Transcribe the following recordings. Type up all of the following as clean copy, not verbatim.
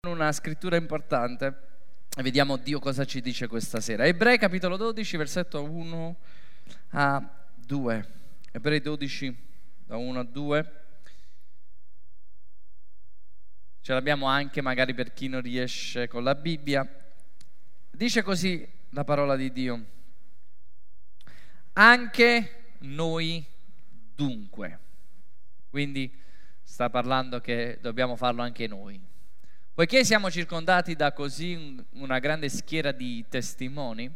Una scrittura importante e vediamo Dio cosa ci dice questa sera. Ebrei capitolo 12 versetto 1 a 2. Ebrei 12 da 1 a 2. Ce l'abbiamo anche magari per chi non riesce con la Bibbia. Dice così la parola di Dio: anche noi dunque. Quindi sta parlando che dobbiamo farlo anche noi. Poiché siamo circondati da così una grande schiera di testimoni,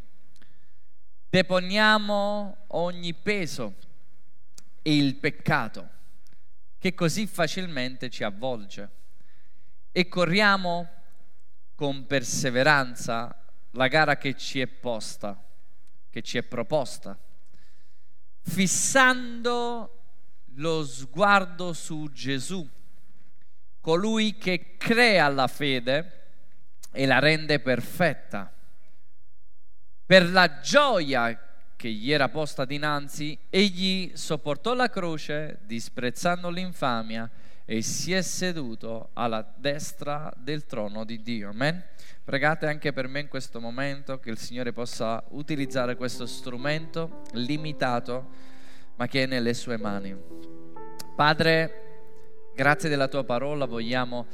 deponiamo ogni peso e il peccato che così facilmente ci avvolge e corriamo con perseveranza la gara che ci è posta, che ci è proposta, fissando lo sguardo su Gesù, colui che crea la fede e la rende perfetta. Per la gioia che gli era posta dinanzi, egli sopportò la croce, disprezzando l'infamia, e si è seduto alla destra del trono di Dio. Amen. Pregate anche per me in questo momento, che il Signore possa utilizzare questo strumento limitato, ma che è nelle sue mani. Padre, grazie della tua parola, vogliamo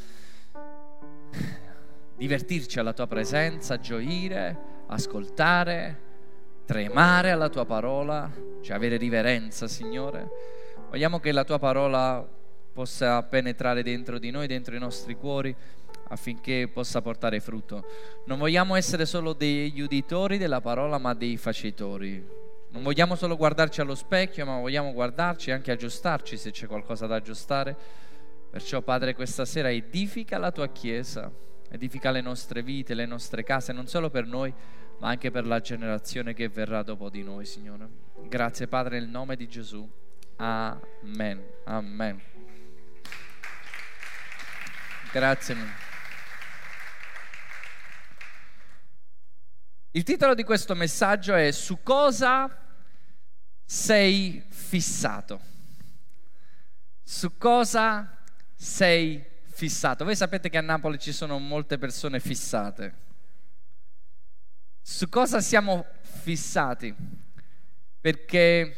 divertirci alla tua presenza, gioire, ascoltare, tremare alla tua parola, cioè avere riverenza, Signore. Vogliamo che la tua parola possa penetrare dentro di noi, dentro i nostri cuori, affinché possa portare frutto. Non vogliamo essere solo degli uditori della parola, ma dei facitori. Non vogliamo solo guardarci allo specchio, ma vogliamo guardarci e anche aggiustarci se c'è qualcosa da aggiustare. Perciò, Padre, questa sera edifica la tua Chiesa, edifica le nostre vite, le nostre case, non solo per noi, ma anche per la generazione che verrà dopo di noi, Signore. Grazie, Padre, nel nome di Gesù. Amen. Amen. Grazie mille. Il titolo di questo messaggio è: su cosa sei fissato? Su cosa sei fissato? Voi sapete che a Napoli ci sono molte persone fissate. Su cosa siamo fissati? Perché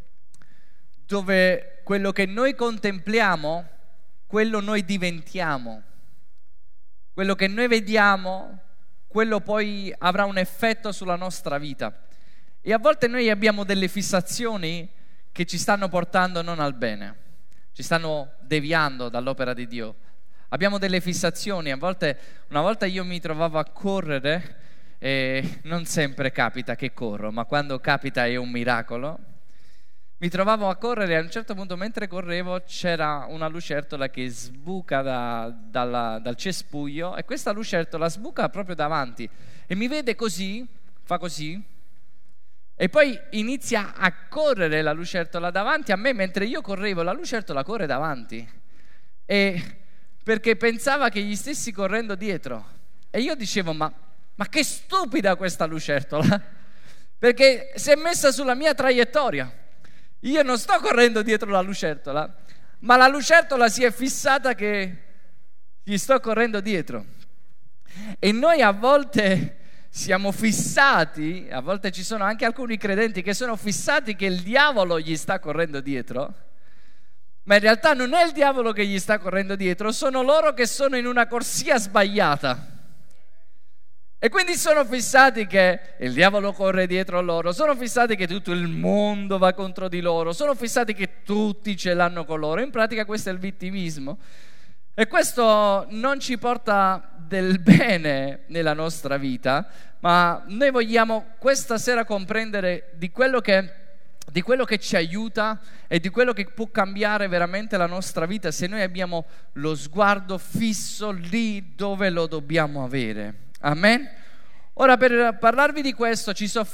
dove quello che noi contempliamo, quello noi diventiamo. Quello che noi vediamo, quello poi avrà un effetto sulla nostra vita. E a volte noi abbiamo delle fissazioni che ci stanno portando non al bene, ci stanno deviando dall'opera di Dio. Abbiamo delle fissazioni. Una volta io mi trovavo a correre, e non sempre capita che corro, ma quando capita è un miracolo. Mi trovavo a correre e a un certo punto, mentre correvo, c'era una lucertola che sbuca dal cespuglio, e questa lucertola sbuca proprio davanti e mi vede così, fa così, e poi inizia a correre la lucertola davanti a me. Mentre io correvo, la lucertola corre davanti, e perché pensava che gli stessi correndo dietro. E io dicevo: ma che stupida questa lucertola, perché si è messa sulla mia traiettoria. Io non sto correndo dietro la lucertola, ma la lucertola si è fissata che gli sto correndo dietro. E noi a volte siamo fissati, a volte ci sono anche alcuni credenti che sono fissati che il diavolo gli sta correndo dietro, ma in realtà non è il diavolo che gli sta correndo dietro, sono loro che sono in una corsia sbagliata. E quindi sono fissati che il diavolo corre dietro loro, sono fissati che tutto il mondo va contro di loro, sono fissati che tutti ce l'hanno con loro. In pratica questo è il vittimismo, e questo non ci porta del bene nella nostra vita. Ma noi vogliamo questa sera comprendere di quello che ci aiuta e di quello che può cambiare veramente la nostra vita, se noi abbiamo lo sguardo fisso lì dove lo dobbiamo avere. Amen. Ora, per parlarvi di questo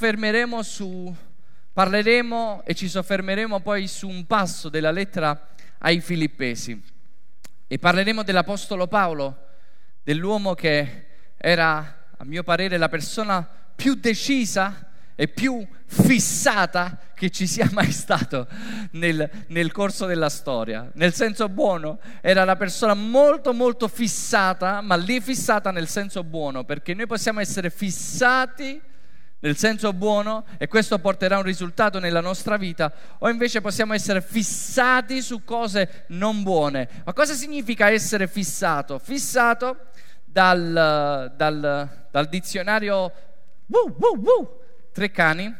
parleremo e ci soffermeremo poi su un passo della lettera ai Filippesi, e parleremo dell'Apostolo Paolo, dell'uomo che era, a mio parere, la persona più decisa e più fissata che ci sia mai stato nel corso della storia. Nel senso buono, era una persona molto molto fissata, ma lì fissata nel senso buono, perché noi possiamo essere fissati nel senso buono e questo porterà un risultato nella nostra vita, o invece possiamo essere fissati su cose non buone. Ma cosa significa essere fissato? Fissato dal dizionario Treccani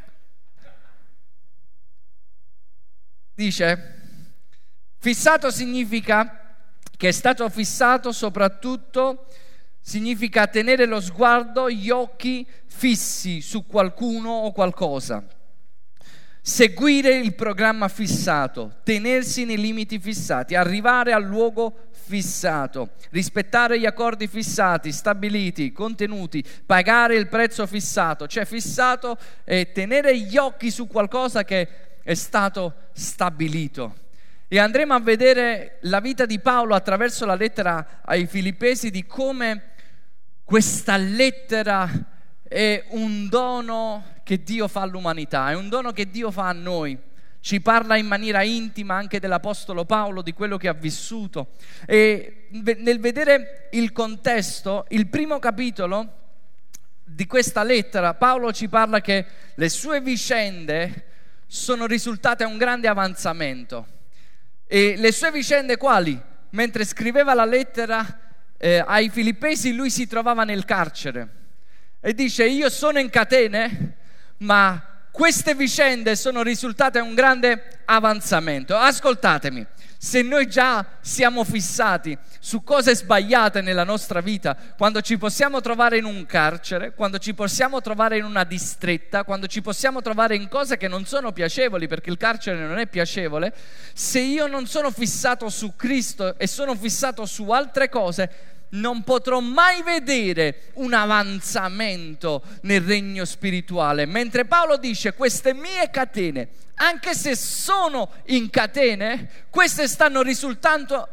dice: fissato significa che è stato fissato, soprattutto significa tenere lo sguardo, gli occhi fissi su qualcuno o qualcosa, seguire il programma fissato, tenersi nei limiti fissati, arrivare al luogo fissato, rispettare gli accordi fissati, stabiliti, contenuti, pagare il prezzo fissato. Cioè fissato è tenere gli occhi su qualcosa che è stato stabilito. E andremo a vedere la vita di Paolo attraverso la lettera ai Filippesi, di come questa lettera è un dono che Dio fa all'umanità, è un dono che Dio fa a noi. Ci parla in maniera intima anche dell'Apostolo Paolo, di quello che ha vissuto. E nel vedere il contesto, il primo capitolo di questa lettera, Paolo ci parla che le sue vicende sono risultate a un grande avanzamento. E le sue vicende quali? Mentre scriveva la lettera ai Filippesi, lui si trovava nel carcere e dice: io sono in catene, ma queste vicende sono risultate a un grande avanzamento. Ascoltatemi, se noi già siamo fissati su cose sbagliate nella nostra vita, quando ci possiamo trovare in un carcere, quando ci possiamo trovare in una distretta, quando ci possiamo trovare in cose che non sono piacevoli, perché il carcere non è piacevole, se io non sono fissato su Cristo e sono fissato su altre cose, non potrò mai vedere un avanzamento nel regno spirituale. Mentre Paolo dice: queste mie catene, anche se sono in catene, queste stanno risultando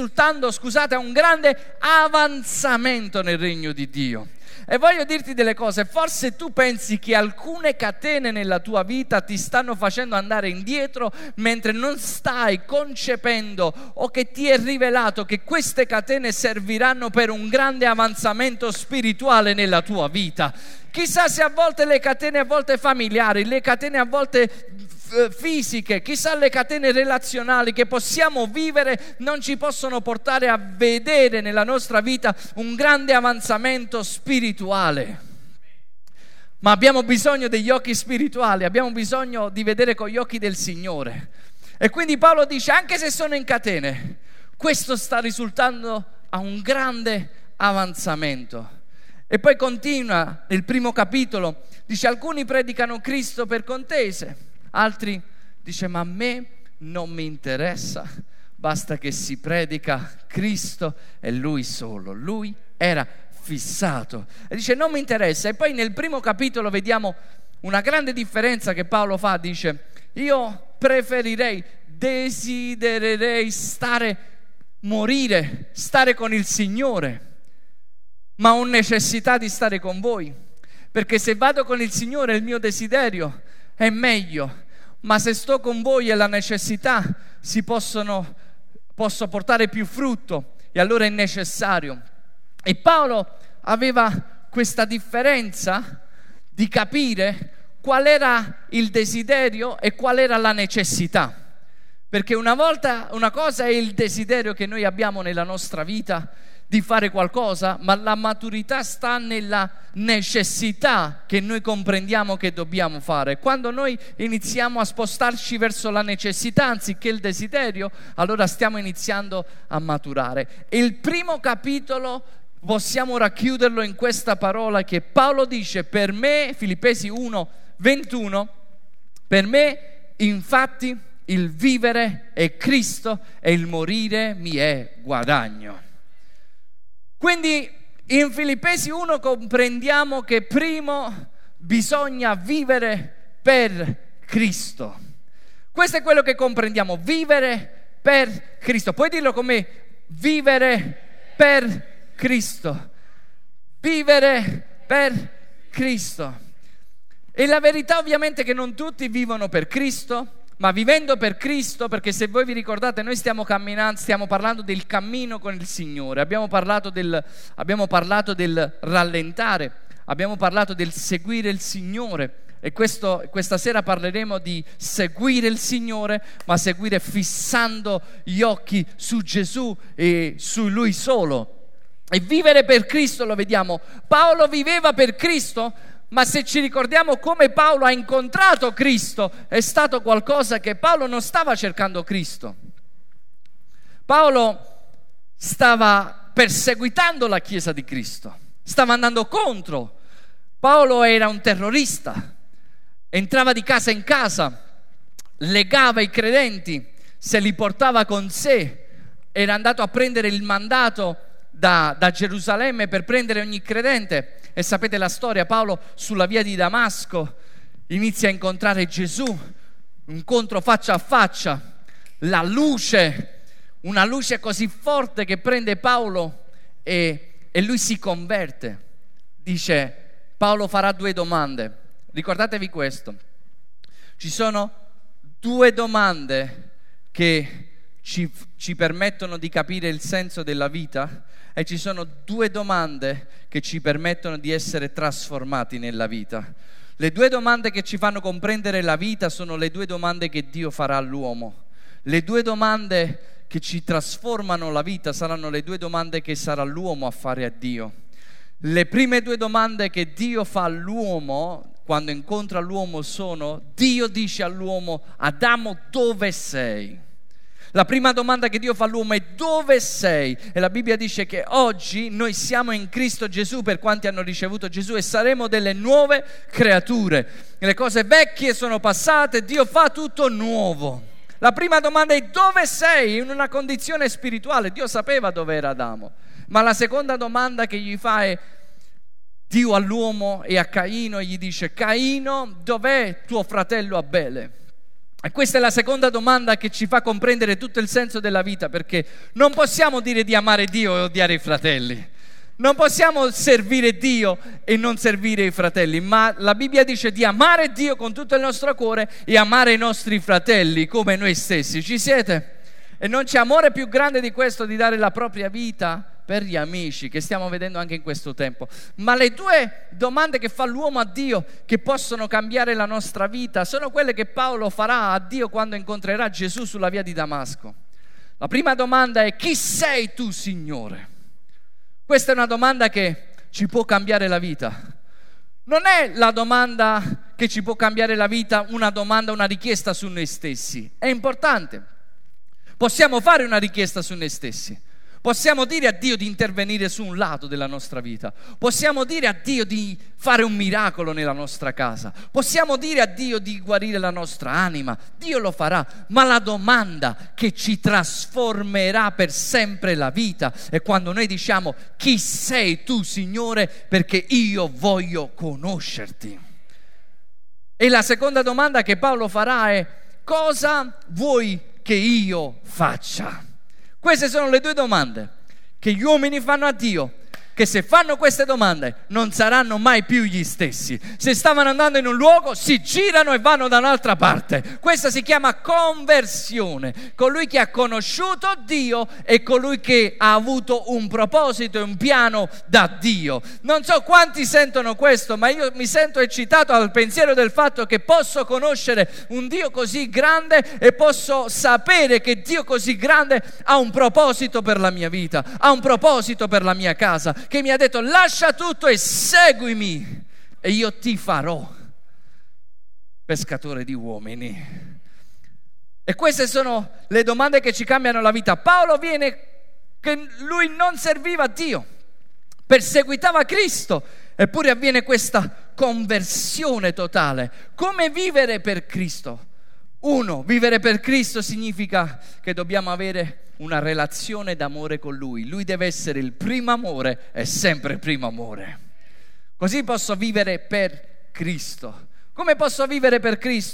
a un grande avanzamento nel regno di Dio. E voglio dirti delle cose: forse tu pensi che alcune catene nella tua vita ti stanno facendo andare indietro, mentre non stai concependo o che ti è rivelato che queste catene serviranno per un grande avanzamento spirituale nella tua vita. Chissà se a volte le catene, a volte familiari, le catene a volte fisiche, chissà le catene relazionali che possiamo vivere non ci possono portare a vedere nella nostra vita un grande avanzamento spirituale. Ma abbiamo bisogno degli occhi spirituali, abbiamo bisogno di vedere con gli occhi del Signore. E quindi Paolo dice: anche se sono in catene, questo sta risultando a un grande avanzamento. E poi continua nel primo capitolo, dice: alcuni predicano Cristo per contese, altri dice: ma a me non mi interessa, basta che si predica Cristo e Lui solo. Lui era fissato e dice: non mi interessa. E poi nel primo capitolo vediamo una grande differenza che Paolo fa. Dice: io preferirei, desidererei morire, stare con il Signore, ma ho necessità di stare con voi, perché se vado con il Signore il mio desiderio è meglio, ma se sto con voi e la necessità posso portare più frutto, e allora è necessario. E Paolo aveva questa differenza di capire qual era il desiderio e qual era la necessità, perché una cosa è il desiderio che noi abbiamo nella nostra vita di fare qualcosa, ma la maturità sta nella necessità che noi comprendiamo che dobbiamo fare. Quando noi iniziamo a spostarci verso la necessità anziché il desiderio, allora stiamo iniziando a maturare. E il primo capitolo possiamo racchiuderlo in questa parola che Paolo dice: per me, Filippesi 1:21, per me infatti il vivere è Cristo e il morire mi è guadagno. Quindi in Filippesi 1 comprendiamo che primo bisogna vivere per Cristo. Questo è quello che comprendiamo: vivere per Cristo. Puoi dirlo con me? Vivere per Cristo. Vivere per Cristo. E la verità ovviamente è che non tutti vivono per Cristo, ma vivendo per Cristo, perché se voi vi ricordate noi stiamo parlando del cammino con il Signore, abbiamo parlato del rallentare, abbiamo parlato del seguire il Signore. E questa sera parleremo di seguire il Signore, ma seguire fissando gli occhi su Gesù e su Lui solo. E vivere per Cristo lo vediamo. Paolo viveva per Cristo, ma se ci ricordiamo come Paolo ha incontrato Cristo, è stato qualcosa che Paolo non stava cercando Cristo. Paolo stava perseguitando la Chiesa di Cristo, stava andando contro. Paolo era un terrorista. Entrava di casa in casa, legava i credenti, se li portava con sé, era andato a prendere il mandato da Gerusalemme per prendere ogni credente. E sapete la storia, Paolo sulla via di Damasco inizia a incontrare Gesù, un incontro faccia a faccia, la luce, una luce così forte che prende Paolo e lui si converte. Dice, Paolo farà 2 domande. Ricordatevi questo, ci sono 2 domande che ci permettono di capire il senso della vita e ci sono 2 domande che ci permettono di essere trasformati nella vita. Le 2 domande che ci fanno comprendere la vita sono le 2 domande che Dio farà all'uomo. Le 2 domande che ci trasformano la vita saranno le 2 domande che sarà l'uomo a fare a Dio. Le prime 2 domande che Dio fa all'uomo quando incontra l'uomo sono: Dio dice all'uomo, Adamo, dove sei? La prima domanda che Dio fa all'uomo è: dove sei? E la Bibbia dice che oggi noi siamo in Cristo Gesù per quanti hanno ricevuto Gesù e saremo delle nuove creature. Le cose vecchie sono passate, Dio fa tutto nuovo. La prima domanda è: dove sei? In una condizione spirituale. Dio sapeva dove era Adamo. Ma la seconda domanda che gli fa è: Dio all'uomo e a Caino e gli dice: Caino, dov'è tuo fratello Abele? E questa è la seconda domanda che ci fa comprendere tutto il senso della vita, perché non possiamo dire di amare Dio e odiare i fratelli, non possiamo servire Dio e non servire i fratelli, ma la Bibbia dice di amare Dio con tutto il nostro cuore e amare i nostri fratelli come noi stessi. Ci siete? E non c'è amore più grande di questo, di dare la propria vita per gli amici, che stiamo vedendo anche in questo tempo. Ma le 2 domande che fa l'uomo a Dio, che possono cambiare la nostra vita, sono quelle che Paolo farà a Dio quando incontrerà Gesù sulla via di Damasco. La prima domanda è: chi sei tu, Signore? Questa è una domanda che ci può cambiare la vita. Non è la domanda che ci può cambiare la vita, una domanda, una richiesta su noi stessi. È importante. Possiamo fare una richiesta su noi stessi. Possiamo dire a Dio di intervenire su un lato della nostra vita. Possiamo dire a Dio di fare un miracolo nella nostra casa. Possiamo dire a Dio di guarire la nostra anima. Dio lo farà. Ma la domanda che ci trasformerà per sempre la vita è quando noi diciamo: chi sei tu, Signore, perché io voglio conoscerti. E la seconda domanda che Paolo farà è: cosa vuoi che io faccia? Queste sono le 2 domande che gli uomini fanno a Dio, che se fanno queste domande non saranno mai più gli stessi. Se stavano andando in un luogo, si girano e vanno da un'altra parte. Questa si chiama conversione. Colui che ha conosciuto Dio è colui che ha avuto un proposito e un piano da Dio. Non so quanti sentono questo, ma io mi sento eccitato al pensiero del fatto che posso conoscere un Dio così grande e posso sapere che Dio così grande ha un proposito per la mia vita, ha un proposito per la mia casa, che mi ha detto: lascia tutto e seguimi e io ti farò pescatore di uomini. E queste sono le domande che ci cambiano la vita. Paolo viene che lui non serviva Dio, perseguitava Cristo, eppure avviene questa conversione totale. Come vivere per Cristo? Vivere per Cristo significa che dobbiamo avere una relazione d'amore con Lui. Lui deve essere il primo amore e sempre il primo amore. Così posso vivere per Cristo. Come posso vivere per Cristo?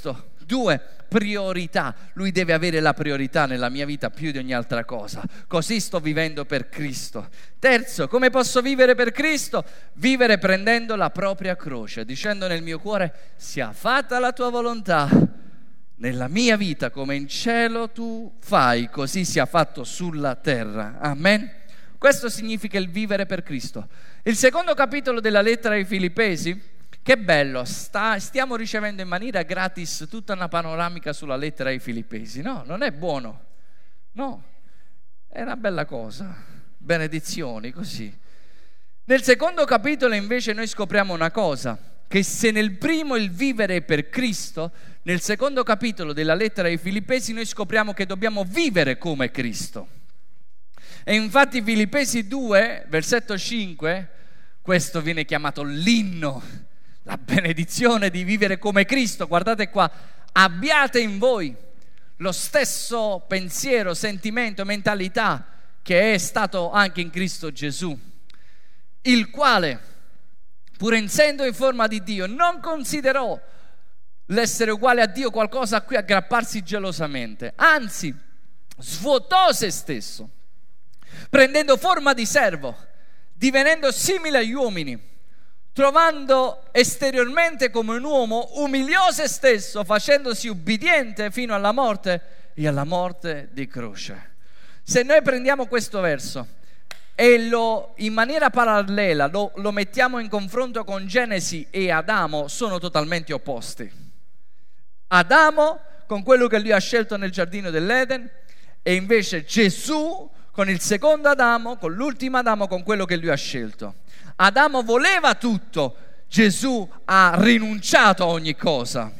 2, priorità. Lui deve avere la priorità nella mia vita più di ogni altra cosa. Così sto vivendo per Cristo. Terzo, come posso vivere per Cristo? Vivere prendendo la propria croce, dicendo nel mio cuore: sia fatta la tua volontà nella mia vita come in cielo tu fai, così sia fatto sulla terra. Amen. Questo significa il vivere per Cristo. Il secondo capitolo della lettera ai Filippesi, che bello, stiamo ricevendo in maniera gratis tutta una panoramica sulla lettera ai Filippesi. No, non è buono, no, è una bella cosa, benedizioni così. Nel secondo capitolo invece noi scopriamo una cosa, che se nel primo il vivere è per Cristo, nel secondo capitolo della lettera ai Filippesi noi scopriamo che dobbiamo vivere come Cristo. E infatti Filippesi 2, versetto 5, questo viene chiamato l'inno, la benedizione di vivere come Cristo. Guardate qua: abbiate in voi lo stesso pensiero, sentimento, mentalità che è stato anche in Cristo Gesù, il quale, pur essendo in forma di Dio, non considerò l'essere uguale a Dio qualcosa a cui aggrapparsi gelosamente, anzi svuotò se stesso, prendendo forma di servo, divenendo simile agli uomini, trovando esteriormente come un uomo, umiliò se stesso, facendosi ubbidiente fino alla morte e alla morte di croce. Se noi prendiamo questo verso e in maniera parallela lo mettiamo in confronto con Genesi e Adamo, sono totalmente opposti. Adamo con quello che lui ha scelto nel giardino dell'Eden, e invece Gesù con il secondo Adamo, con l'ultimo Adamo, con quello che lui ha scelto. Adamo voleva tutto, Gesù ha rinunciato a ogni cosa.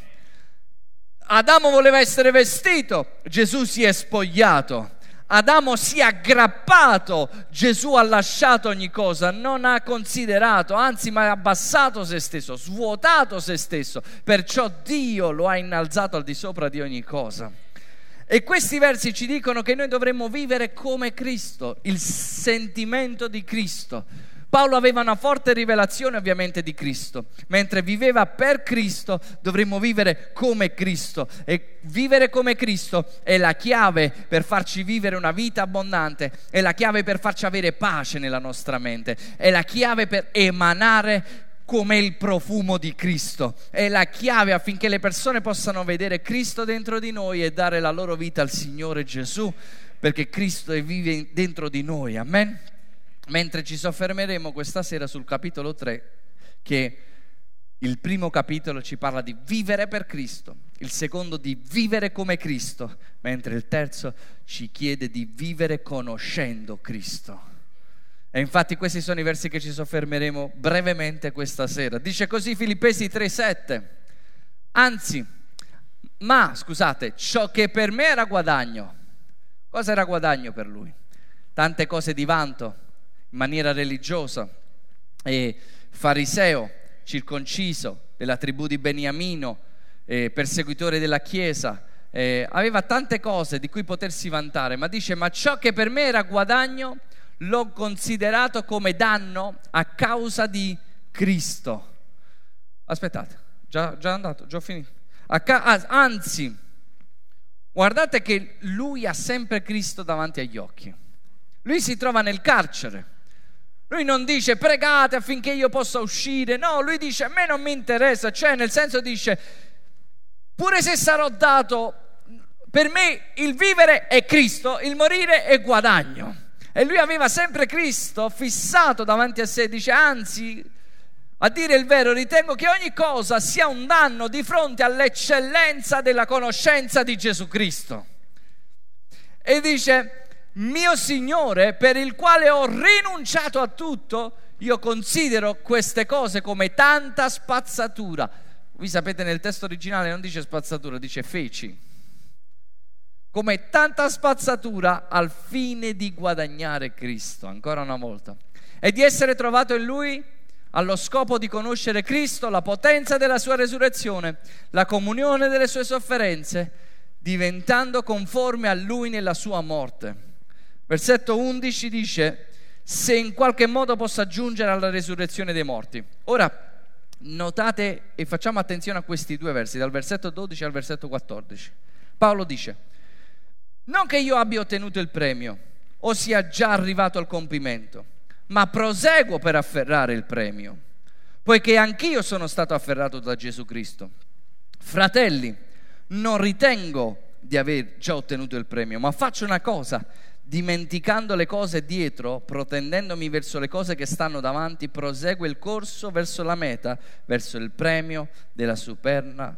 Adamo voleva essere vestito, Gesù si è spogliato. Adamo si è aggrappato, Gesù ha lasciato ogni cosa, non ha considerato, anzi ma ha abbassato se stesso, svuotato se stesso, perciò Dio lo ha innalzato al di sopra di ogni cosa. E questi versi ci dicono che noi dovremmo vivere come Cristo, il sentimento di Cristo. Paolo aveva una forte rivelazione ovviamente di Cristo, mentre viveva per Cristo dovremmo vivere come Cristo, e vivere come Cristo è la chiave per farci vivere una vita abbondante, è la chiave per farci avere pace nella nostra mente, è la chiave per emanare come il profumo di Cristo, è la chiave affinché le persone possano vedere Cristo dentro di noi e dare la loro vita al Signore Gesù, perché Cristo vive dentro di noi. Amen. Mentre ci soffermeremo questa sera sul capitolo 3, che il primo capitolo ci parla di vivere per Cristo, il secondo di vivere come Cristo, mentre il terzo ci chiede di vivere conoscendo Cristo. E infatti questi sono i versi che ci soffermeremo brevemente questa sera. Dice così Filippesi 3,7: anzi, ciò che per me era guadagno. Cosa era guadagno per lui? Tante cose di vanto, in maniera religiosa, e fariseo, circonciso, della tribù di Beniamino, persecutore della Chiesa, aveva tante cose di cui potersi vantare, ma dice: ma ciò che per me era guadagno l'ho considerato come danno a causa di Cristo. Aspettate, già andato, già finito. Anzi, guardate che lui ha sempre Cristo davanti agli occhi. Lui si trova nel carcere. Lui non dice pregate affinché io possa uscire, no, lui dice a me non mi interessa, cioè nel senso dice pure se sarò dato, per me il vivere è Cristo, il morire è guadagno. E lui aveva sempre Cristo fissato davanti a sé, dice anzi, a dire il vero, ritengo che ogni cosa sia un danno di fronte all'eccellenza della conoscenza di Gesù Cristo. E dice: mio Signore, per il quale ho rinunciato a tutto, io considero queste cose come tanta spazzatura. Voi sapete, nel testo originale non dice spazzatura, dice feci. Come tanta spazzatura al fine di guadagnare Cristo, ancora una volta, e di essere trovato in Lui allo scopo di conoscere Cristo, la potenza della sua resurrezione, la comunione delle sue sofferenze, diventando conforme a Lui nella sua morte. Versetto 11 dice: se in qualche modo possa giungere alla resurrezione dei morti. Ora, Notate e facciamo attenzione a questi due versi, dal versetto 12 al versetto 14. Paolo dice: non che io abbia ottenuto il premio o sia già arrivato al compimento, ma proseguo per afferrare il premio, poiché anch'io sono stato afferrato da Gesù Cristo. Fratelli, non ritengo di aver già ottenuto il premio, ma faccio una cosa: dimenticando le cose dietro, protendendomi verso le cose che stanno davanti, prosegue il corso verso la meta, verso il premio della suprema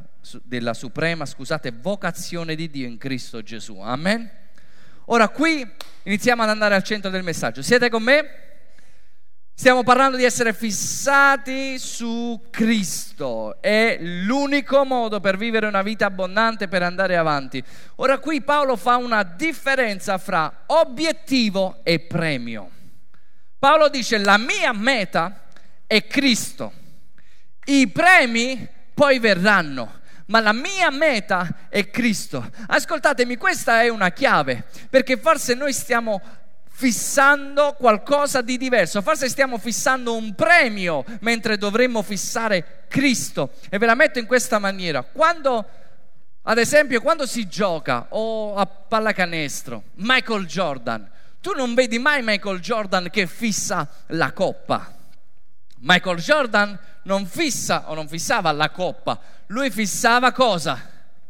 vocazione di Dio in Cristo Gesù. Amen. Ora qui iniziamo ad andare al centro del messaggio. Siete con me? Stiamo parlando di essere fissati su Cristo. È l'unico modo per vivere una vita abbondante, per andare avanti. Ora qui Paolo fa una differenza fra obiettivo e premio. Paolo dice: la mia meta è Cristo. I premi poi verranno, ma la mia meta è Cristo. Ascoltatemi, questa è una chiave, perché forse noi stiamo fissando qualcosa di diverso, forse stiamo fissando un premio mentre dovremmo fissare Cristo. E ve la metto in questa maniera: ad esempio quando si gioca o a pallacanestro, Michael Jordan, tu non vedi mai Michael Jordan che fissa la coppa. Michael Jordan non fissa o non fissava la coppa, lui fissava cosa?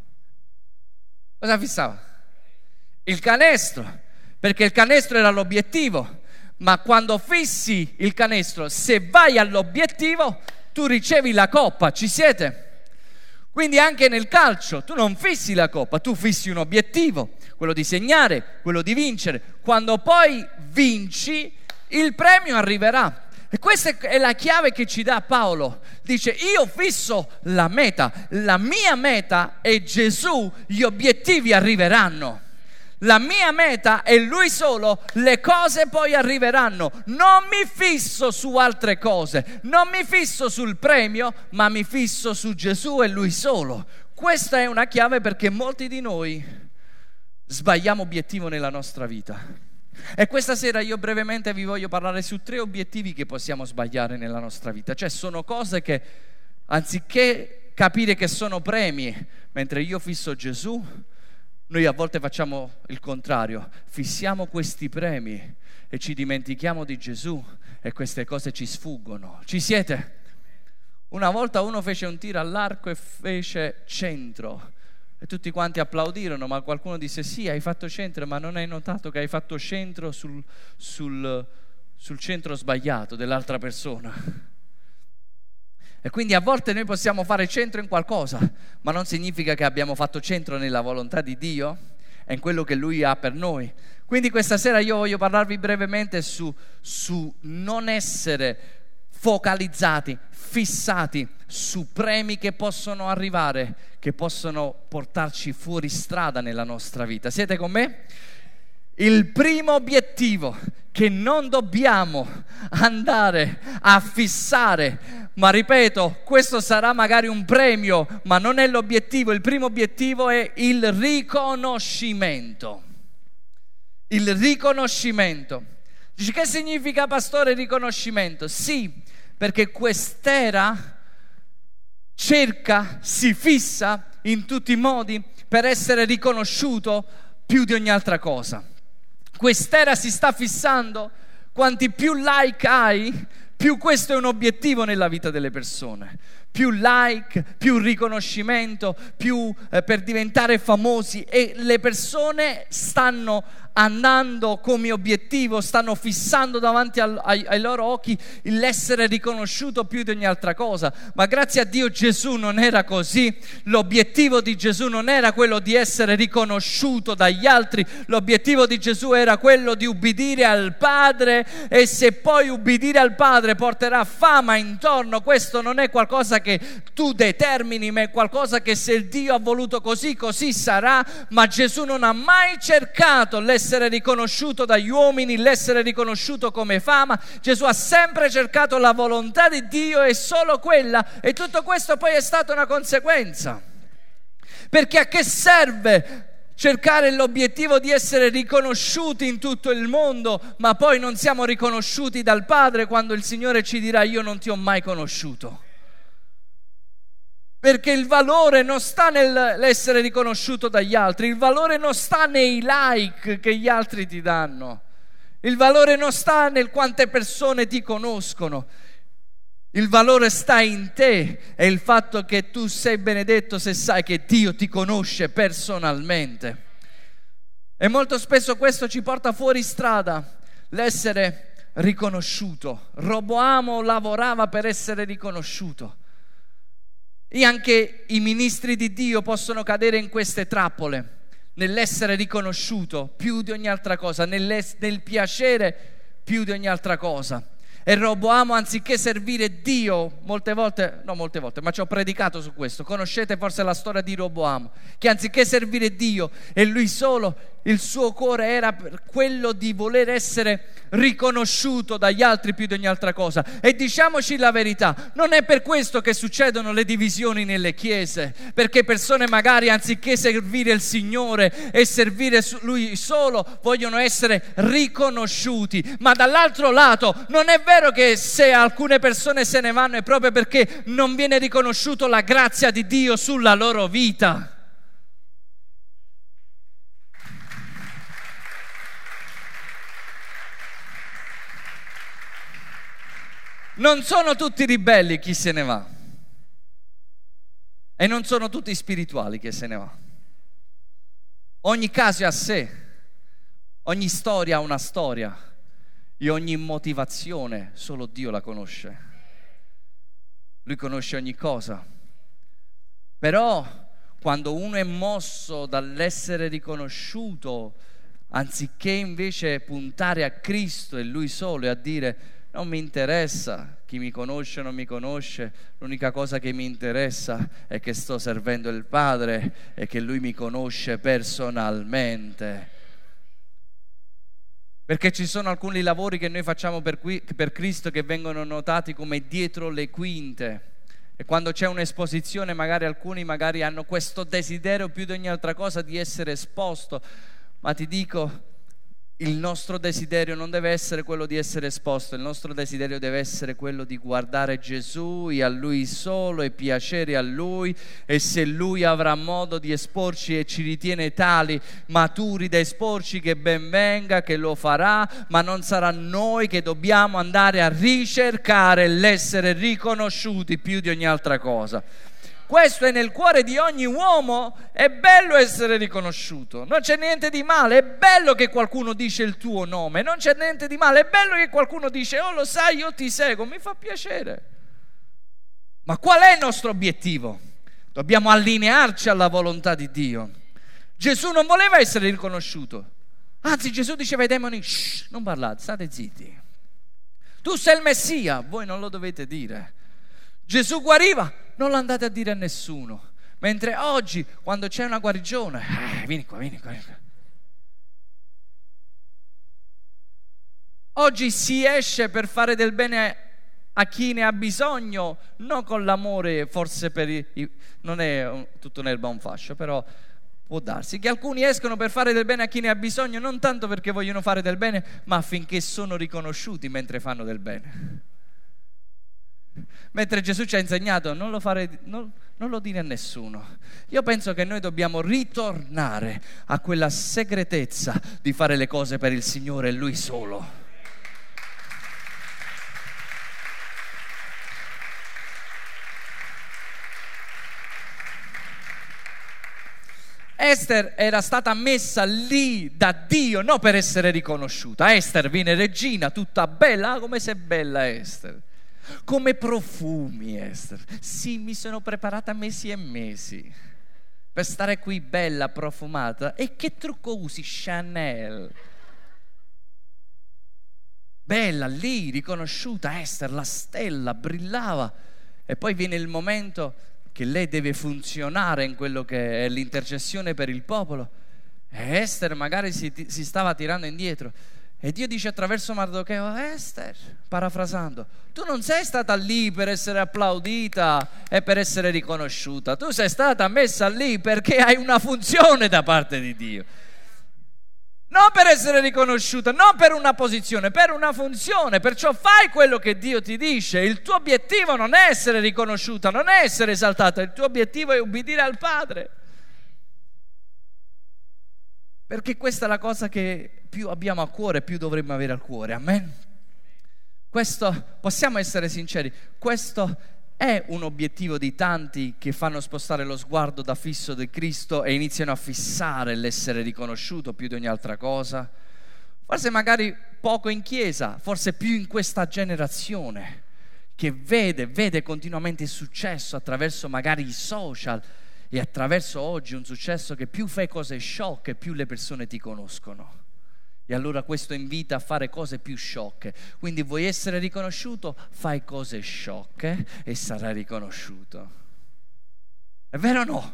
Cosa fissava? Il canestro, perché il canestro era l'obiettivo. Ma quando fissi il canestro, se vai all'obiettivo, tu ricevi la coppa. Ci siete? Quindi anche nel calcio tu non fissi la coppa, tu fissi un obiettivo, quello di segnare, quello di vincere. Quando poi vinci, il premio arriverà. E questa è la chiave che ci dà Paolo. Dice: io fisso la meta, la mia meta è Gesù, gli obiettivi arriveranno. La mia meta è Lui solo, le cose poi arriveranno. Non mi fisso su altre cose, non mi fisso sul premio, ma mi fisso su Gesù e Lui solo. Questa è una chiave, perché molti di noi sbagliamo obiettivo nella nostra vita. E questa sera io brevemente vi voglio parlare su 3 obiettivi che possiamo sbagliare nella nostra vita. Cioè sono cose che, anziché capire che sono premi, mentre io fisso Gesù, noi a volte facciamo il contrario, fissiamo questi premi e ci dimentichiamo di Gesù e queste cose ci sfuggono. Ci siete? Una volta uno fece un tiro all'arco e fece centro e tutti quanti applaudirono, ma qualcuno disse: sì, hai fatto centro, ma non hai notato che hai fatto centro sul centro sbagliato dell'altra persona. E quindi a volte noi possiamo fare centro in qualcosa, ma non significa che abbiamo fatto centro nella volontà di Dio e in quello che Lui ha per noi. Quindi questa sera io voglio parlarvi brevemente su non essere focalizzati, fissati su premi che possono arrivare, che possono portarci fuori strada nella nostra vita. Siete con me? Il primo obiettivo che non dobbiamo andare a fissare, ma ripeto, questo sarà magari un premio, ma non è l'obiettivo. Il primo obiettivo è il riconoscimento. Il riconoscimento. Dici: che significa, pastore, riconoscimento? Sì, perché quest'era cerca, si fissa in tutti i modi per essere riconosciuto più di ogni altra cosa. Quest'era si sta fissando, quanti più like hai, più questo è un obiettivo nella vita delle persone. Più like, più riconoscimento, più per diventare famosi, e le persone stanno andando come obiettivo, stanno fissando davanti ai loro occhi l'essere riconosciuto più di ogni altra cosa. Ma grazie a Dio Gesù non era così. L'obiettivo di Gesù non era quello di essere riconosciuto dagli altri, l'obiettivo di Gesù era quello di ubbidire al Padre, e se poi ubbidire al Padre porterà fama intorno, questo non è qualcosa che tu determini, ma è qualcosa che, se Dio ha voluto così, così sarà. Ma Gesù non ha mai cercato l'essere riconosciuto dagli uomini, l'essere riconosciuto come fama. Gesù ha sempre cercato la volontà di Dio e solo quella, e tutto questo poi è stata una conseguenza. Perché a che serve cercare l'obiettivo di essere riconosciuti in tutto il mondo, ma poi non siamo riconosciuti dal Padre quando il Signore ci dirà: io non ti ho mai conosciuto? Perché il valore non sta nell'essere riconosciuto dagli altri, il valore non sta nei like che gli altri ti danno, il valore non sta nel quante persone ti conoscono, il valore sta in te e il fatto che tu sei benedetto se sai che Dio ti conosce personalmente. E molto spesso questo ci porta fuori strada, l'essere riconosciuto. Roboamo lavorava per essere riconosciuto. E anche i ministri di Dio possono cadere in queste trappole, nell'essere riconosciuto più di ogni altra cosa, nel piacere più di ogni altra cosa. E Roboamo, anziché servire Dio, molte volte, ma ci ho predicato su questo, conoscete forse la storia di Roboamo, che anziché servire Dio e lui solo, il suo cuore era per quello di voler essere riconosciuto dagli altri più di ogni altra cosa. E diciamoci la verità, non è per questo che succedono le divisioni nelle chiese, perché persone magari anziché servire il Signore e servire Lui solo vogliono essere riconosciuti. Ma dall'altro lato non è vero che se alcune persone se ne vanno è proprio perché non viene riconosciuto la grazia di Dio sulla loro vita. Non sono tutti ribelli chi se ne va e non sono tutti spirituali che se ne va. Ogni caso è a sé, ogni storia ha una storia e ogni motivazione solo Dio la conosce. Lui conosce ogni cosa. Però quando uno è mosso dall'essere riconosciuto, anziché invece puntare a Cristo e Lui solo e a dire non mi interessa chi mi conosce o non mi conosce, l'unica cosa che mi interessa è che sto servendo il Padre e che Lui mi conosce personalmente. Perché ci sono alcuni lavori che noi facciamo per Cristo che vengono notati come dietro le quinte. E quando c'è un'esposizione magari alcuni magari hanno questo desiderio più di ogni altra cosa di essere esposto, ma ti dico, il nostro desiderio non deve essere quello di essere esposto, il nostro desiderio deve essere quello di guardare Gesù e a Lui solo e piacere a Lui, e se Lui avrà modo di esporci e ci ritiene tali, maturi da esporci, che ben venga, che lo farà, ma non sarà noi che dobbiamo andare a ricercare l'essere riconosciuti più di ogni altra cosa. Questo è nel cuore di ogni uomo, è bello essere riconosciuto, non c'è niente di male, è bello che qualcuno dice il tuo nome, non c'è niente di male, è bello che qualcuno dice oh lo sai io ti seguo, mi fa piacere. Ma qual è il nostro obiettivo? Dobbiamo allinearci alla volontà di Dio. Gesù non voleva essere riconosciuto, anzi Gesù diceva ai demoni non parlate, state zitti, tu sei il Messia, voi non lo dovete dire. Gesù guariva, non lo andate a dire a nessuno. Mentre oggi, quando c'è una guarigione, vieni qua. Oggi si esce per fare del bene a chi ne ha bisogno, non con l'amore, forse non è tutto un'erba un fascio, però può darsi che alcuni escono per fare del bene a chi ne ha bisogno, non tanto perché vogliono fare del bene, ma affinché sono riconosciuti mentre fanno del bene. Mentre Gesù ci ha insegnato non lo dire a nessuno. Io penso che noi dobbiamo ritornare a quella segretezza di fare le cose per il Signore e Lui solo. Ester era stata messa lì da Dio non per essere riconosciuta. Ester viene regina, tutta bella, come sei bella Ester. Come profumi Ester. Sì, mi sono preparata mesi e mesi per stare qui bella, profumata. E che trucco usi? Chanel. Bella lì, riconosciuta Ester, la stella, brillava. E poi viene il momento che lei deve funzionare in quello che è l'intercessione per il popolo. E Ester magari si stava tirando indietro. E Dio dice attraverso Mardocheo: Ester, parafrasando, tu non sei stata lì per essere applaudita e per essere riconosciuta, tu sei stata messa lì perché hai una funzione da parte di Dio. Non per essere riconosciuta, non per una posizione, per una funzione. Perciò fai quello che Dio ti dice. Il tuo obiettivo non è essere riconosciuta, non è essere esaltata. Il tuo obiettivo è ubbidire al Padre. Perché questa è la cosa che più abbiamo a cuore, più dovremmo avere al cuore. Amen. Questo, possiamo essere sinceri, questo è un obiettivo di tanti che fanno spostare lo sguardo da fisso di Cristo e iniziano a fissare l'essere riconosciuto più di ogni altra cosa. Forse magari poco in chiesa, forse più in questa generazione che vede continuamente il successo attraverso magari i social e attraverso oggi un successo che più fai cose sciocche, più le persone ti conoscono. E allora questo invita a fare cose più sciocche. Quindi vuoi essere riconosciuto? Fai cose sciocche e sarai riconosciuto. È vero o no?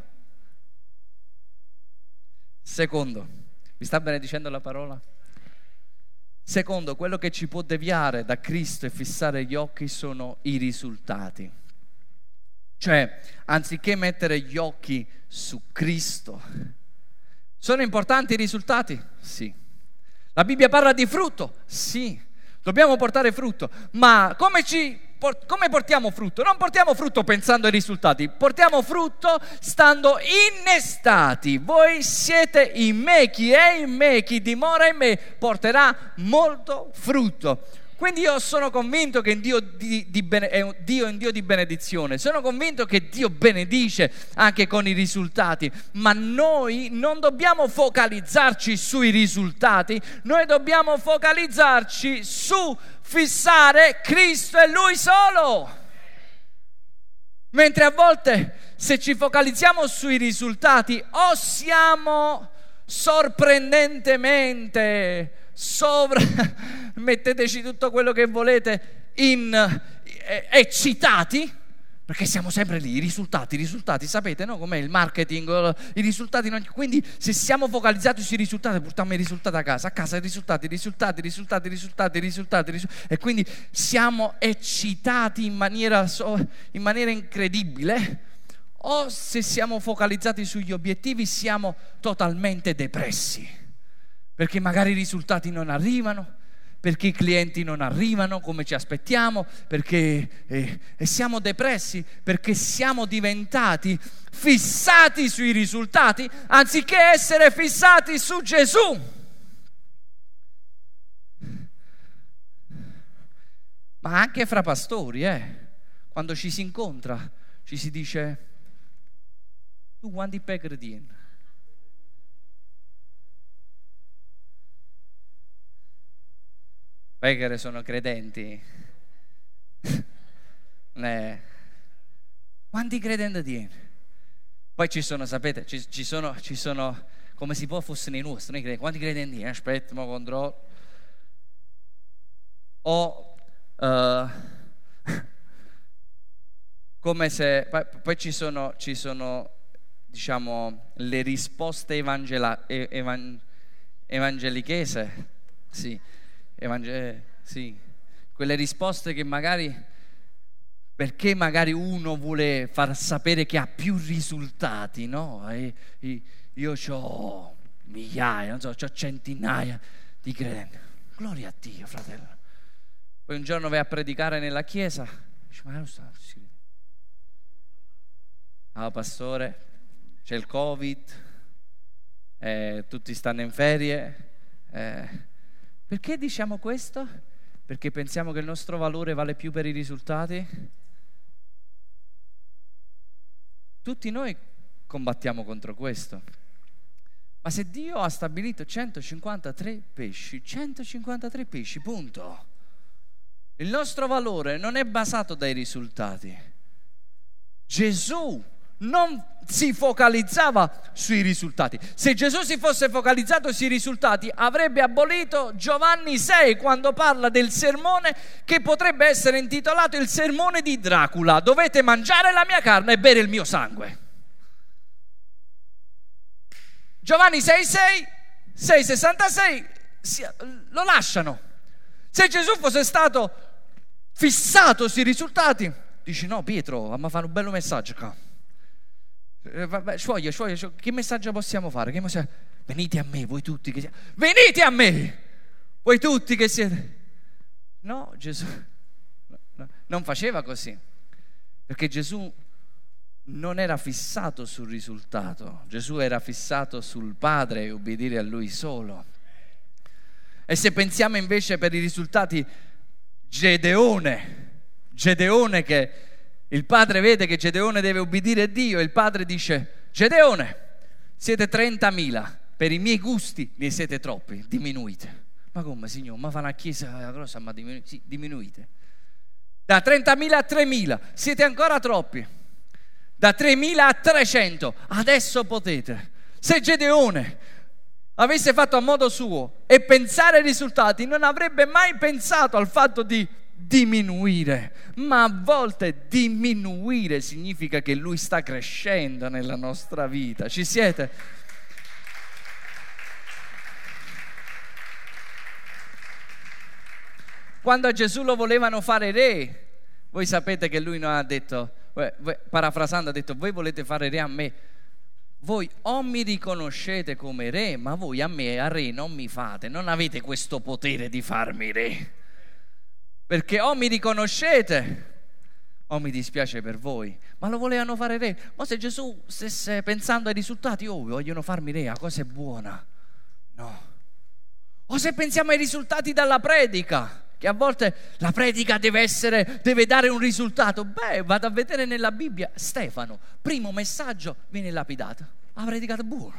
Secondo, vi sta benedicendo la parola? Secondo, quello che ci può deviare da Cristo e fissare gli occhi sono i risultati. Cioè, anziché mettere gli occhi su Cristo, sono importanti i risultati? Sì. La Bibbia parla di frutto? Sì, dobbiamo portare frutto, ma come portiamo frutto? Non portiamo frutto pensando ai risultati, portiamo frutto stando innestati. Voi siete in me, chi è in me, chi dimora in me, porterà molto frutto. Quindi io sono convinto che Dio è un Dio di benedizione, sono convinto che Dio benedice anche con i risultati, ma noi non dobbiamo focalizzarci sui risultati, noi dobbiamo focalizzarci su fissare Cristo e Lui solo. Mentre a volte se ci focalizziamo sui risultati o siamo sorprendentemente metteteci tutto quello che volete eccitati, perché siamo sempre lì, i risultati, sapete, no? Com'è il marketing, i risultati quindi se siamo focalizzati sui risultati portiamo i risultati a casa i risultati, e quindi siamo eccitati in maniera incredibile. O se siamo focalizzati sugli obiettivi siamo totalmente depressi, perché magari i risultati non arrivano, perché i clienti non arrivano come ci aspettiamo, e siamo depressi perché siamo diventati fissati sui risultati anziché essere fissati su Gesù. Ma anche fra pastori, quando ci si incontra, ci si dice: tu quanti pecore tieni? Pecore sono credenti. Quanti credenti tieni? Poi ci sono, sapete, ci sono come si può fosse nei nostri, quanti credenti tieni? Aspetta, ma controllo. Come se poi ci sono diciamo le risposte evangelichese, sì, quelle risposte che magari, perché magari uno vuole far sapere che ha più risultati, no? Io ho migliaia, non so, ho centinaia di credenti. Gloria a Dio, fratello. Poi un giorno vai a predicare nella chiesa, dice: ma non sta, pastore, c'è il Covid, tutti stanno in ferie. Perché diciamo questo? Perché pensiamo che il nostro valore vale più per i risultati? Tutti noi combattiamo contro questo. Ma se Dio ha stabilito 153 pesci, punto. Il nostro valore non è basato dai risultati. Gesù non si focalizzava sui risultati. Se Gesù si fosse focalizzato sui risultati, avrebbe abolito Giovanni 6 quando parla del sermone che potrebbe essere intitolato il sermone di Dracula: dovete mangiare la mia carne e bere il mio sangue. Giovanni 6,66 lo lasciano. Se Gesù fosse stato fissato sui risultati, dici: no Pietro, ma fa un bello messaggio qua. Scioglie, che messaggio possiamo fare? venite a me, voi tutti che siete, venite a me, voi tutti che siete. No, Gesù non faceva così, perché Gesù non era fissato sul risultato, Gesù era fissato sul Padre e obbedire a Lui solo. E se pensiamo invece per i risultati, Gedeone che il padre vede che Gedeone deve obbedire a Dio, e il padre dice: Gedeone, siete 30.000, per i miei gusti ne siete troppi, diminuite. Ma come, signore? Ma fa una chiesa grossa, ma sì, diminuite. Da 30.000 a 3.000, siete ancora troppi. Da 3.000 a 300, adesso potete. Se Gedeone avesse fatto a modo suo e pensare ai risultati, non avrebbe mai pensato al fatto di diminuire. Ma a volte diminuire significa che Lui sta crescendo nella nostra vita. Ci siete? Quando a Gesù lo volevano fare re, voi sapete che Lui non ha detto, parafrasando, ha detto: voi volete fare re a me, voi o mi riconoscete come re, ma voi a me a re non mi fate, non avete questo potere di farmi re, perché o mi riconoscete o mi dispiace per voi. Ma lo volevano fare re. Ma se Gesù stesse pensando ai risultati, vogliono farmi re, la cosa è buona. No. O se pensiamo ai risultati dalla predica, che a volte la predica deve dare un risultato. Vado a vedere nella Bibbia Stefano, primo messaggio, viene lapidato, ha predicato buono.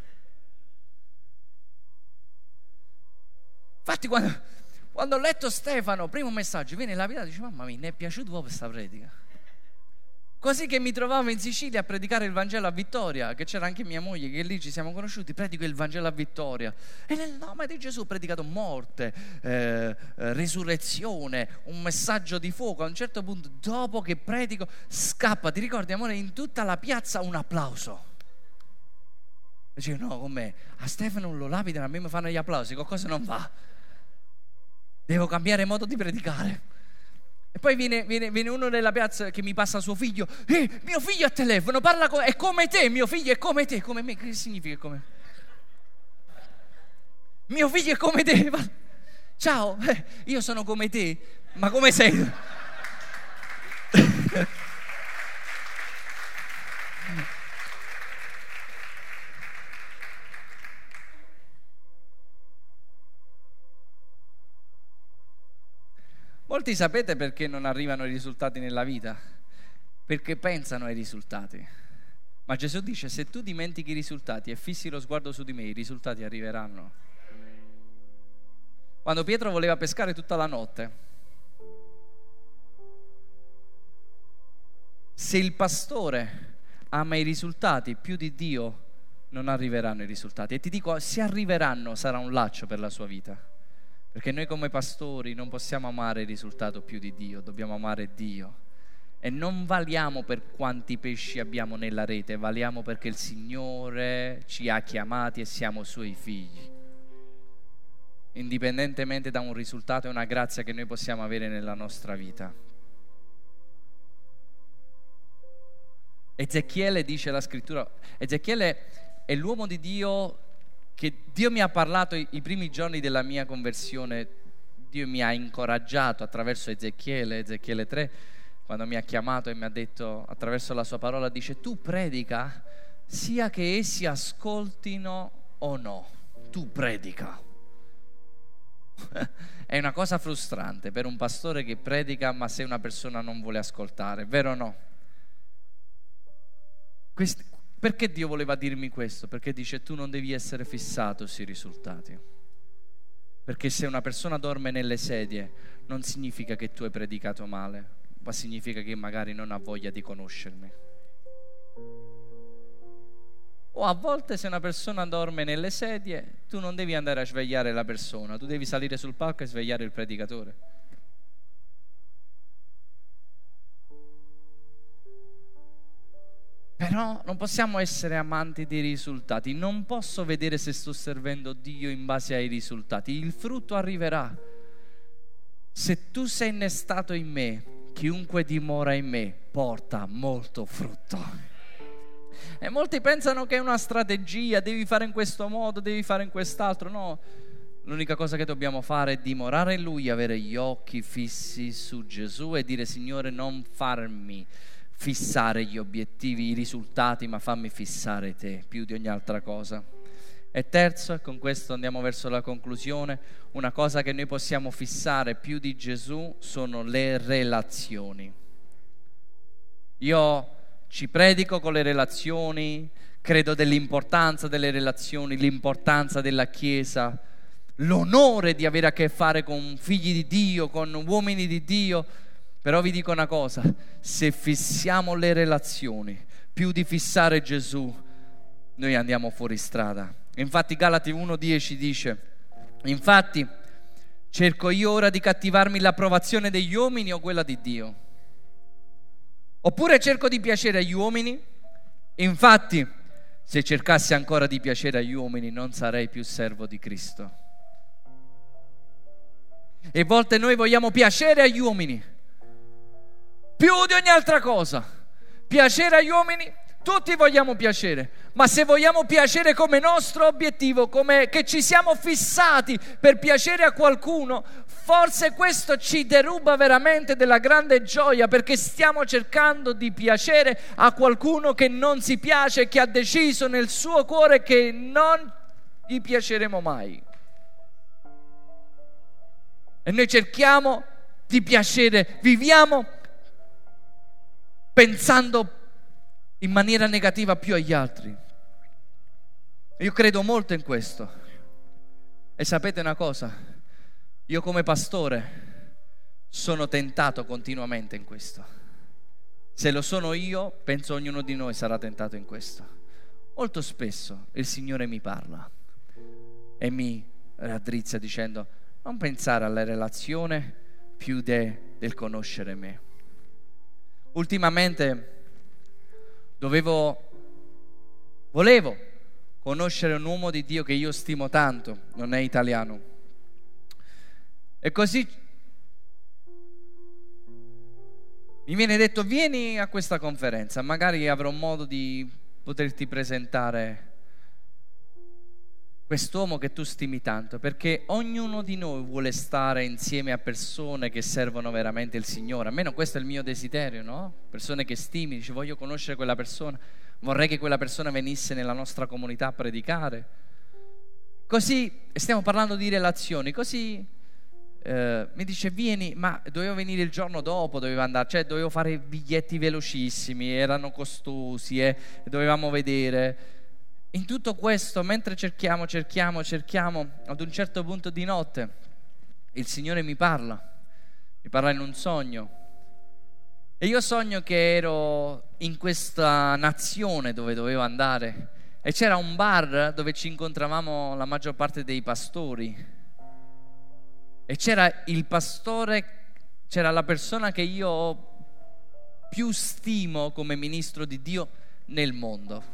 Infatti quando ho letto Stefano, primo messaggio, viene lapidato, dice: mamma mia, mi è piaciuto proprio questa predica. Così che mi trovavo in Sicilia a predicare il Vangelo a Vittoria, che c'era anche mia moglie, che lì ci siamo conosciuti, predico il Vangelo a Vittoria, e nel nome di Gesù ho predicato morte, risurrezione, un messaggio di fuoco. A un certo punto, dopo che predico, scappa, ti ricordi, amore, in tutta la piazza un applauso. E dice: no, com'è? A Stefano lo lapidano, a me mi fanno gli applausi, qualcosa non va, devo cambiare modo di predicare. E poi viene uno nella piazza che mi passa suo figlio: mio figlio a telefono, parla è come te, mio figlio è come te. Come me? Che significa come? Mio figlio è come te. Ciao, io sono come te, ma come sei? Molti sapete perché non arrivano i risultati nella vita? Perché pensano ai risultati. Ma Gesù dice: se tu dimentichi i risultati e fissi lo sguardo su di me, i risultati arriveranno. Quando Pietro voleva pescare tutta la notte, se il pastore ama i risultati più di Dio, non arriveranno i risultati. E ti dico, se arriveranno, sarà un laccio per la sua vita. Perché noi come pastori non possiamo amare il risultato più di Dio, dobbiamo amare Dio. E non valiamo per quanti pesci abbiamo nella rete, valiamo perché il Signore ci ha chiamati e siamo Suoi figli. Indipendentemente da un risultato e una grazia che noi possiamo avere nella nostra vita. Ezechiele, dice la scrittura, Ezechiele è l'uomo di Dio che Dio mi ha parlato i primi giorni della mia conversione. Dio mi ha incoraggiato attraverso Ezechiele 3, quando mi ha chiamato e mi ha detto, attraverso la sua parola, dice: tu predica sia che essi ascoltino o no, tu predica. È una cosa frustrante per un pastore che predica ma se una persona non vuole ascoltare, vero o no? Perché Dio voleva dirmi questo? Perché dice: tu non devi essere fissato sui risultati. Perché se una persona dorme nelle sedie non significa che tu hai predicato male, ma significa che magari non ha voglia di conoscermi. O a volte se una persona dorme nelle sedie, tu non devi andare a svegliare la persona, tu devi salire sul palco e svegliare il predicatore. Però non possiamo essere amanti dei risultati. Non posso vedere se sto servendo Dio in base ai risultati. Il frutto arriverà. Se tu sei innestato in me, chiunque dimora in me porta molto frutto. E molti pensano che è una strategia, devi fare in questo modo, devi fare in quest'altro. No, l'unica cosa che dobbiamo fare è dimorare in Lui, avere gli occhi fissi su Gesù e dire: Signore, non farmi fissare gli obiettivi, i risultati, ma fammi fissare Te più di ogni altra cosa. E terzo, e con questo andiamo verso la conclusione, una cosa che noi possiamo fissare più di Gesù sono le relazioni. Io ci predico con le relazioni, credo dell'importanza delle relazioni, l'importanza della Chiesa, l'onore di avere a che fare con figli di Dio, con uomini di Dio. Però vi dico una cosa: se fissiamo le relazioni più di fissare Gesù, noi andiamo fuori strada. Infatti Galati 1,10 dice: infatti cerco io ora di cattivarmi l'approvazione degli uomini o quella di Dio? Oppure cerco di piacere agli uomini? Infatti, se cercassi ancora di piacere agli uomini, non sarei più servo di Cristo. E a volte noi vogliamo piacere agli uomini più di ogni altra cosa. Piacere agli uomini, tutti vogliamo piacere, ma se vogliamo piacere come nostro obiettivo, come che ci siamo fissati per piacere a qualcuno, forse questo ci deruba veramente della grande gioia, perché stiamo cercando di piacere a qualcuno che non si piace, che ha deciso nel suo cuore che non gli piaceremo mai. E noi cerchiamo di piacere, viviamo pensando in maniera negativa più agli altri. Io credo molto in questo. E sapete una cosa? Io come pastore sono tentato continuamente in questo. Se lo sono io, penso ognuno di noi sarà tentato in questo. Molto spesso il Signore mi parla e mi raddrizza dicendo: non pensare alla relazione più del conoscere me. Ultimamente volevo conoscere un uomo di Dio che io stimo tanto, non è italiano. E così mi viene detto: vieni a questa conferenza, magari avrò modo di poterti presentare quest'uomo che tu stimi tanto, perché ognuno di noi vuole stare insieme a persone che servono veramente il Signore. Almeno questo è il mio desiderio, no? Persone che stimi, dici: voglio conoscere quella persona, vorrei che quella persona venisse nella nostra comunità a predicare. Così stiamo parlando di relazioni, così mi dice: vieni, ma dovevo venire il giorno dopo, dovevo andare, cioè dovevo fare biglietti velocissimi, erano costosi e dovevamo vedere. In tutto questo, mentre cerchiamo, ad un certo punto di notte il Signore mi parla in un sogno, e io sogno che ero in questa nazione dove dovevo andare e c'era un bar dove ci incontravamo la maggior parte dei pastori, e c'era il pastore, c'era la persona che io più stimo come ministro di Dio nel mondo.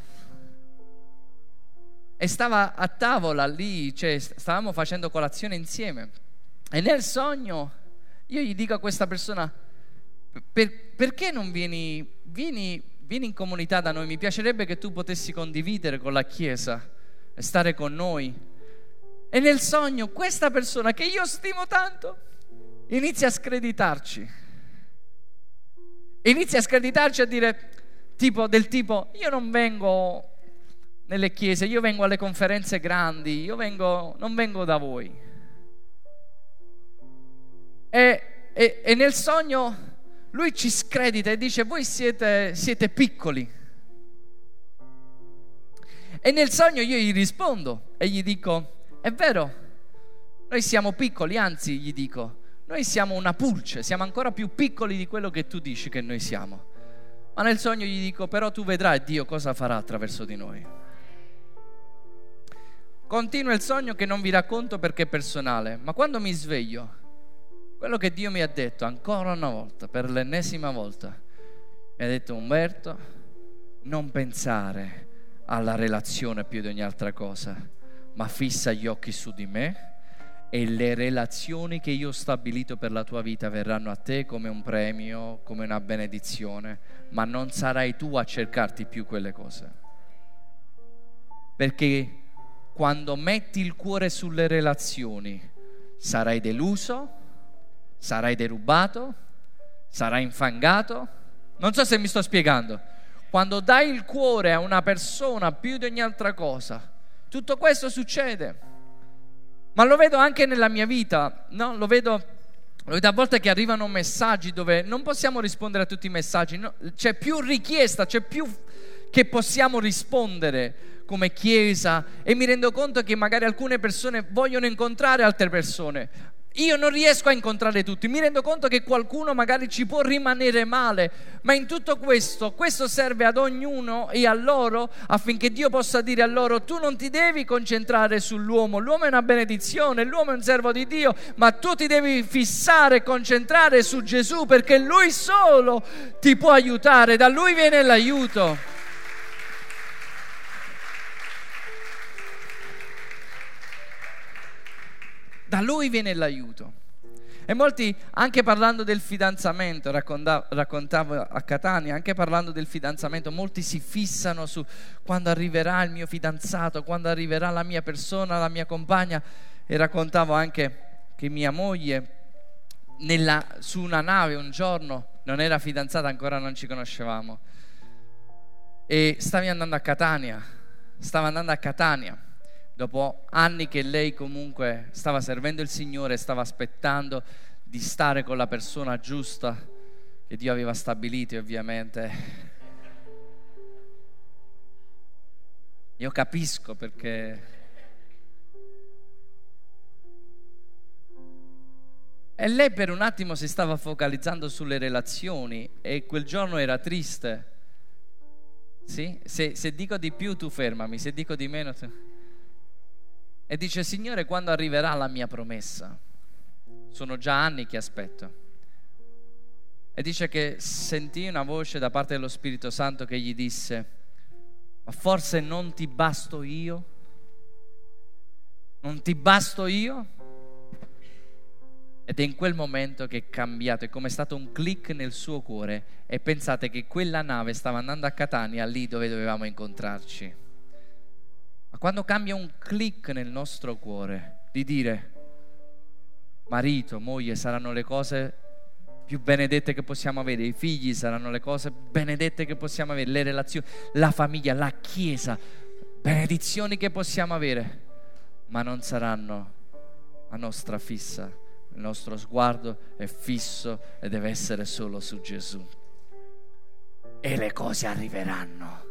E stava a tavola lì, cioè stavamo facendo colazione insieme. E nel sogno io gli dico a questa persona: perché non vieni in comunità da noi? Mi piacerebbe che tu potessi condividere con la Chiesa e stare con noi. E nel sogno questa persona che io stimo tanto inizia a screditarci. Inizia a screditarci, a dire del tipo: io non vengo nelle chiese, io vengo alle conferenze grandi, non vengo da voi. E nel sogno lui ci scredita e dice: voi siete piccoli. E nel sogno io gli rispondo e gli dico: è vero, noi siamo piccoli, anzi gli dico, noi siamo una pulce, siamo ancora più piccoli di quello che tu dici che noi siamo. Ma nel sogno gli dico: però tu vedrai Dio cosa farà attraverso di noi. Continua il sogno che non vi racconto perché è personale, ma quando mi sveglio, quello che Dio mi ha detto ancora una volta, per l'ennesima volta, mi ha detto: Umberto, non pensare alla relazione più di ogni altra cosa, ma fissa gli occhi su di me e le relazioni che io ho stabilito per la tua vita verranno a te come un premio, come una benedizione, ma non sarai tu a cercarti più quelle cose. Perché quando metti il cuore sulle relazioni sarai deluso, sarai derubato, sarai infangato. Non so se mi sto spiegando. Quando dai il cuore a una persona più di ogni altra cosa, tutto questo succede. Ma lo vedo anche nella mia vita, no? Lo vedo a volte che arrivano messaggi dove non possiamo rispondere a tutti i messaggi, no? C'è più richiesta, c'è più che possiamo rispondere come Chiesa, e mi rendo conto che magari alcune persone vogliono incontrare altre persone. Io non riesco a incontrare tutti, mi rendo conto che qualcuno magari ci può rimanere male, ma in tutto questo serve ad ognuno e a loro, affinché Dio possa dire a loro: tu non ti devi concentrare sull'uomo, l'uomo è una benedizione, l'uomo è un servo di Dio, ma tu ti devi fissare e concentrare su Gesù, perché Lui solo ti può aiutare, da Lui viene l'aiuto. Da Lui viene l'aiuto. E molti, anche parlando del fidanzamento, raccontavo a Catania, anche parlando del fidanzamento, molti si fissano su quando arriverà il mio fidanzato, quando arriverà la mia persona, la mia compagna. E raccontavo anche che mia moglie su una nave un giorno, non era fidanzata ancora, non ci conoscevamo, e stava andando a Catania. Dopo anni che lei comunque stava servendo il Signore, stava aspettando di stare con la persona giusta che Dio aveva stabilito, ovviamente. Io capisco, perché e lei per un attimo si stava focalizzando sulle relazioni, e quel giorno era triste. Sì? Se dico di più tu fermami, se dico di meno tu... E dice: Signore, quando arriverà la mia promessa? Sono già anni che aspetto. E dice che sentì una voce da parte dello Spirito Santo che gli disse: ma forse non ti basto io? Non ti basto io? Ed è in quel momento che è cambiato, è come stato un click nel suo cuore, e pensate che quella nave stava andando a Catania, lì dove dovevamo incontrarci. Ma quando cambia un click nel nostro cuore, di dire: marito, moglie saranno le cose più benedette che possiamo avere, i figli saranno le cose benedette che possiamo avere, le relazioni, la famiglia, la chiesa, benedizioni che possiamo avere, ma non saranno la nostra fissa. Il nostro sguardo è fisso e deve essere solo su Gesù, e le cose arriveranno.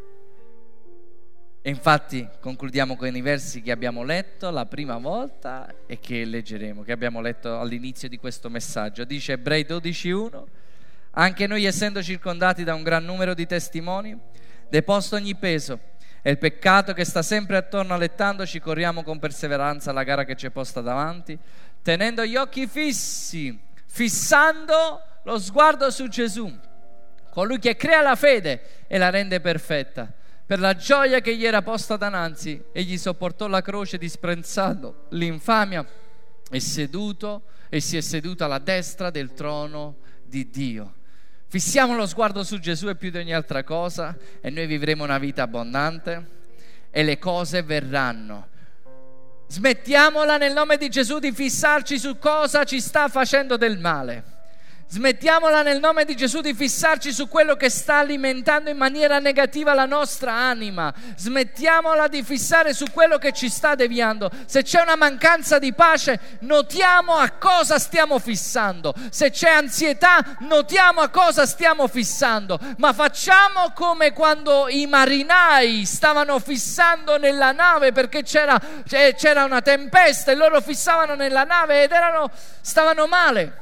E infatti concludiamo con i versi che abbiamo letto la prima volta e che leggeremo, che abbiamo letto all'inizio di questo messaggio. Dice Ebrei 12:1: anche noi, essendo circondati da un gran numero di testimoni, deposto ogni peso e il peccato che sta sempre attorno allettandoci, corriamo con perseveranza la gara che ci è posta davanti, tenendo gli occhi fissi, fissando lo sguardo su Gesù, colui che crea la fede e la rende perfetta. Per la gioia che gli era posta dinanzi, egli sopportò la croce, disprezzando l'infamia, e si è seduto alla destra del trono di Dio. Fissiamo lo sguardo su Gesù e più di ogni altra cosa, e noi vivremo una vita abbondante e le cose verranno. Smettiamola nel nome di Gesù di fissarci su cosa ci sta facendo del male. Smettiamola nel nome di Gesù di fissarci su quello che sta alimentando in maniera negativa la nostra anima. Smettiamola di fissare su quello che ci sta deviando. Se c'è una mancanza di pace, notiamo a cosa stiamo fissando. Se c'è ansietà, notiamo a cosa stiamo fissando. Ma facciamo come quando i marinai stavano fissando nella nave, perché c'era una tempesta, e loro fissavano nella nave ed stavano male.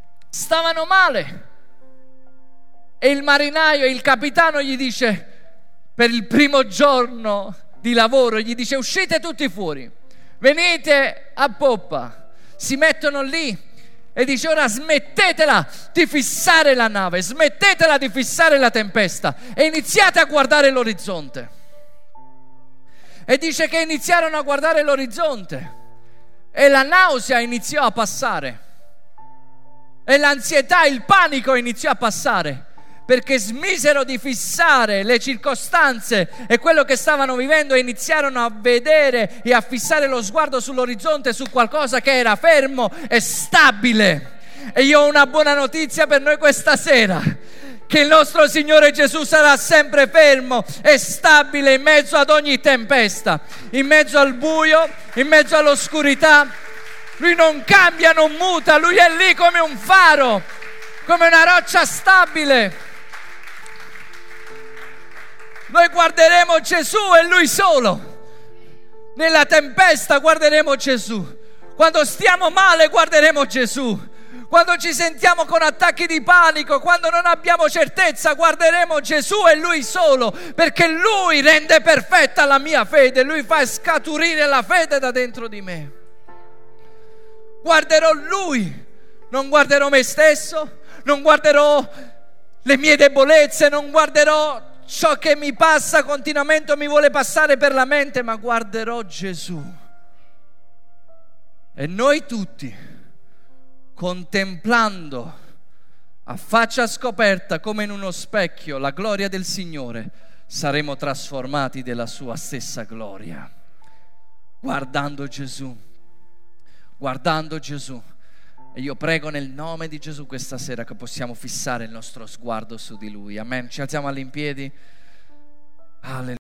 E il marinaio, il capitano gli dice, per il primo giorno di lavoro, gli dice: uscite tutti fuori, venite a poppa. Si mettono lì e dice: ora smettetela di fissare la nave, smettetela di fissare la tempesta e iniziate a guardare l'orizzonte. E dice che iniziarono a guardare l'orizzonte, e la nausea iniziò a passare, e l'ansietà, il panico iniziò a passare, perché smisero di fissare le circostanze e quello che stavano vivendo e iniziarono a vedere e a fissare lo sguardo sull'orizzonte, su qualcosa che era fermo e stabile. E io ho una buona notizia per noi questa sera: che il nostro Signore Gesù sarà sempre fermo e stabile in mezzo ad ogni tempesta, in mezzo al buio, in mezzo all'oscurità. Lui non cambia, non muta, Lui è lì come un faro, come una roccia stabile. Noi guarderemo Gesù e Lui solo. Nella tempesta guarderemo Gesù. Quando stiamo male guarderemo Gesù. Quando ci sentiamo con attacchi di panico, quando non abbiamo certezza, guarderemo Gesù e Lui solo, perché Lui rende perfetta la mia fede, Lui fa scaturire la fede da dentro di me. Guarderò Lui, non guarderò me stesso, non guarderò le mie debolezze, non guarderò ciò che mi passa continuamente o mi vuole passare per la mente, ma guarderò Gesù. E noi tutti, contemplando a faccia scoperta come in uno specchio la gloria del Signore, saremo trasformati della sua stessa gloria, guardando Gesù. E io prego nel nome di Gesù questa sera che possiamo fissare il nostro sguardo su di Lui. Amen. Ci alziamo all'impiedi. Alleluia.